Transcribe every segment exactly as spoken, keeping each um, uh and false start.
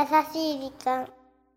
しい時間。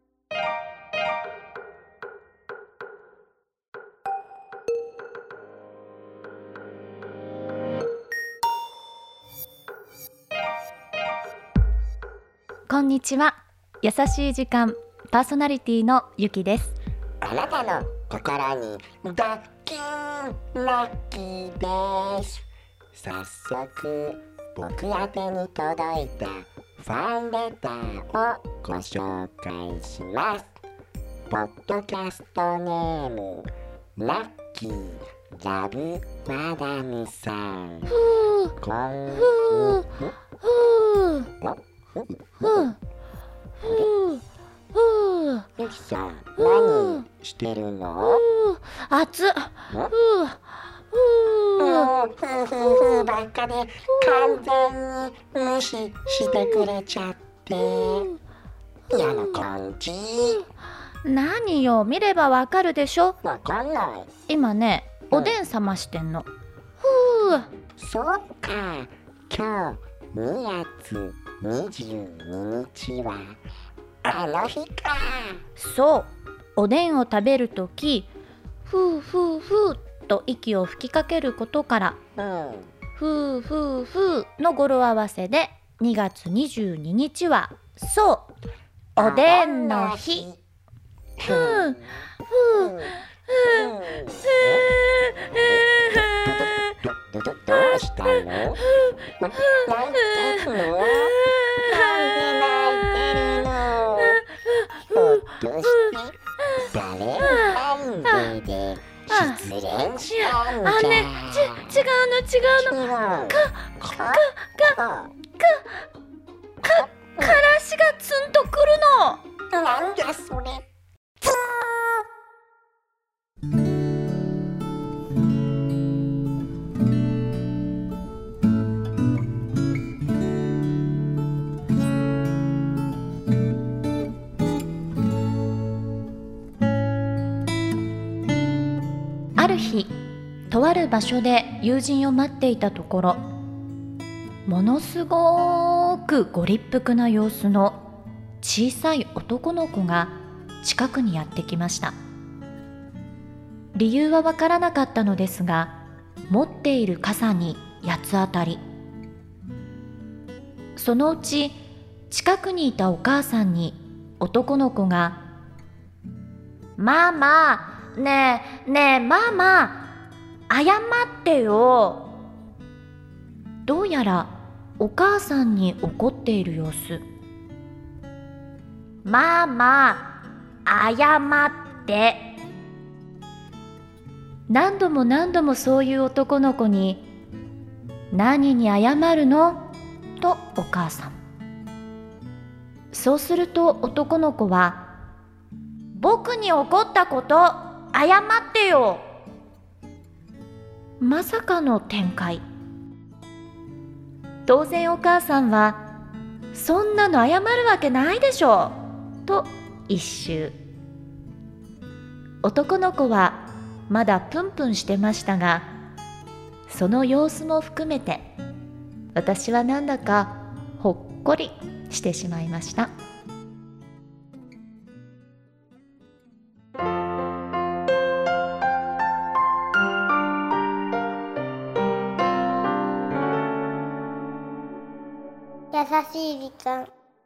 こんにちは。優しい時間パーソナリティのゆきです。 あなたの心にドキュンラッキーです。早速僕宛てに届いたファンレターをご紹介します。ポッドキャストネームラッキーラブマダムさん。 ふうこんふうふうふふうふうふうゆきさん、何してるの？ 熱っ。ふうふうもうふうふうふうばっかで完全に無視してくれちゃって嫌な感じ。 何よ、見ればわかるでしょ。 わかんない。 今ね、おでん冷ましてんの。ふうそうか、今日にがつにじゅうににちはあの日か。 そう、おでんを食べるとき、ふうふうふうと息を吹きかけることから、 うんふうふうふうの語呂合わせでにがつにじゅうににちは、そうおでんの日。ふうふうふうど、ど、どうしたの？泣いてるの？なんで泣いてるの？ひょっとして誰なんでで失恋したんじゃ？ あ、ね、ち、違うの違うの。 違う。 か、か、か、か、か、からしがツンとくるの。 なんだそれ。 ある日、とある場所で友人を待っていたところ、ものすごくご立腹な様子の小さい男の子が近くにやってきました。理由はわからなかったのですが、持っている傘に八つ当たり。そのうち近くにいたお母さんに男の子が、ママ、ねえねえママ、謝ってよ。どうやらお母さんに怒っている様子。ママ、謝って。何度も何度もそういう男の子に、何に謝るのとお母さん。そうすると男の子は、僕に怒ったこと謝ってよ。まさかの展開。当然お母さんは、そんなの謝るわけないでしょと一蹴。男の子はまだプンプンしてましたが、その様子も含めて私はなんだかほっこりしてしまいました。 優しい時間。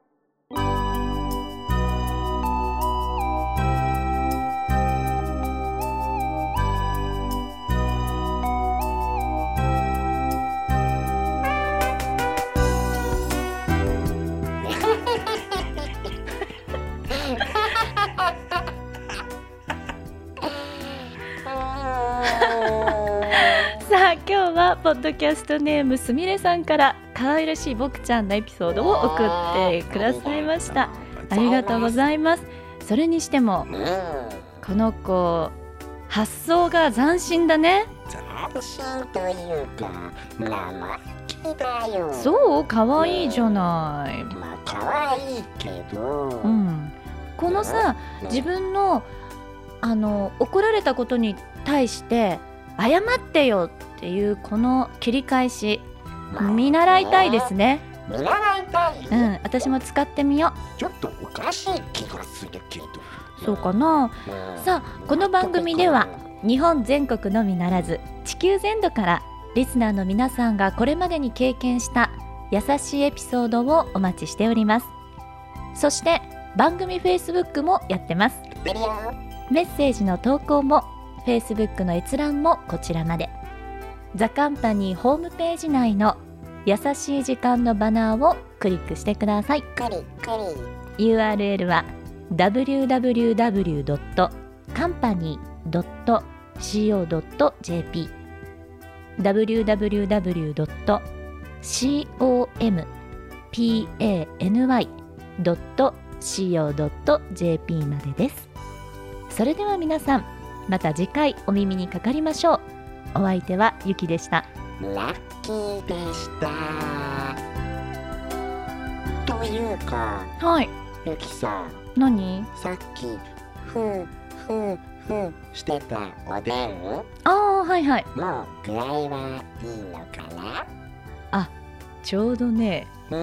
さあ、今日はポッドキャストネームすみれさんから可愛らしい僕ちゃんのエピソードを送ってくださいました。ありがとうございます。それにしてもこの子、発想が斬新だね。 斬新というか生意気だよ。 そう、可愛いじゃない。 まあ可愛いけど、 うん、このさ、自分のあの怒られたことに対して謝ってよっていうこの切り返し、見習いたいですね。 見習いたい。 うん、私も使ってみよう。 ちょっとおかしい気がするけど。 そうかな。 うん、 さあ、この番組では日本全国のみならず地球全土からリスナーの皆さんがこれまでに経験した優しいエピソードをお待ちしております。そして番組 Facebook もやってます。メッセージの投稿も Facebook の閲覧もこちらまで。ザ・カンパニーホームページ内の優しい時間のバナーをクリックしてください。 クリクリ ユーアールエル は ダブリューダブリューダブリュードットカンパニードットシーオードットジェーピー ダブリューダブリューダブリュードットシーオーエムピーエーエヌワイドットシーオードットジェーピー までです。それでは皆さん、また次回お耳にかかりましょう。お相手はゆきでした。 ラッキーでした。というか、 はい。 ゆきさん、 何？ さっきふーふーふーしてたおでん、 ああ、はいはい。 もう具合はいいのかな？ あ、ちょうどね、 うん、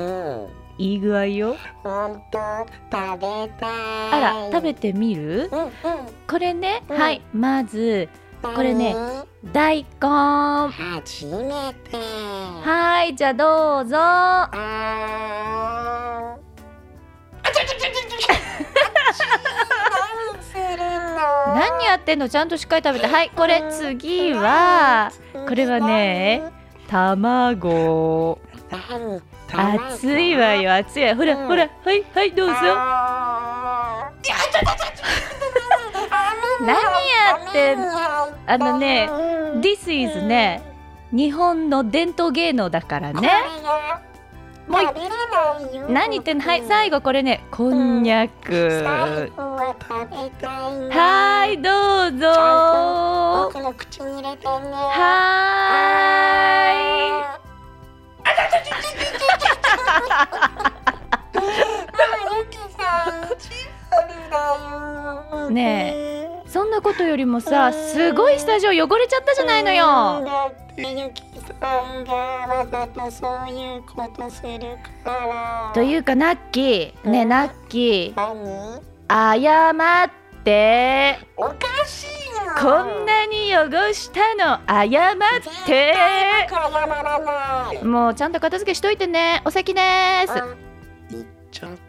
いい具合よ。 ほんと食べたい。 あら、食べてみる？ うんうん、 これね、 うん、 はい、まずこれね、大根。 初めて。 はい、じゃあどうぞ。 あ何やってんの？ちゃんとしっかり食べて。はい、これ次はこれはね、卵。熱いわよ、熱いわ。ほら、うん、ほら、はいはい、どうぞ。何やってんの？あのね、This is ね、日本の伝統芸能だからね。もう何言ってんの？はい、最後これね、こんにゃく。はい、どうぞ。 僕の口に入れてね。 はーい。ねえ、そんなことよりもさ、すごいスタジオ汚れちゃったじゃないのよ。 だってゆきさんがわざとそういうことするから。 というかナッキー、ねえナッキー、 何？謝って。 おかしいよ。 こんなに汚したの謝って。 謝らない。 もうちゃんと片付けしといてね。お先です。 言っちゃった。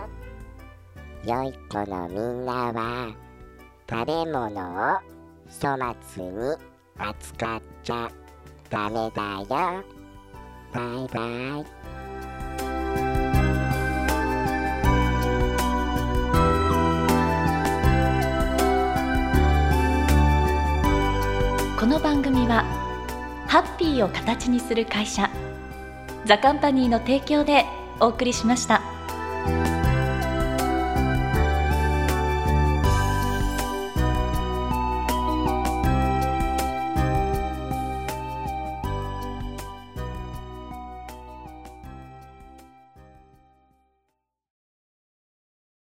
良い子のみんなは食べ物を粗末に扱っちゃダメだよ。バイバイ。 この番組はハッピーを形にする会社ザ・カンパニーの提供でお送りしました。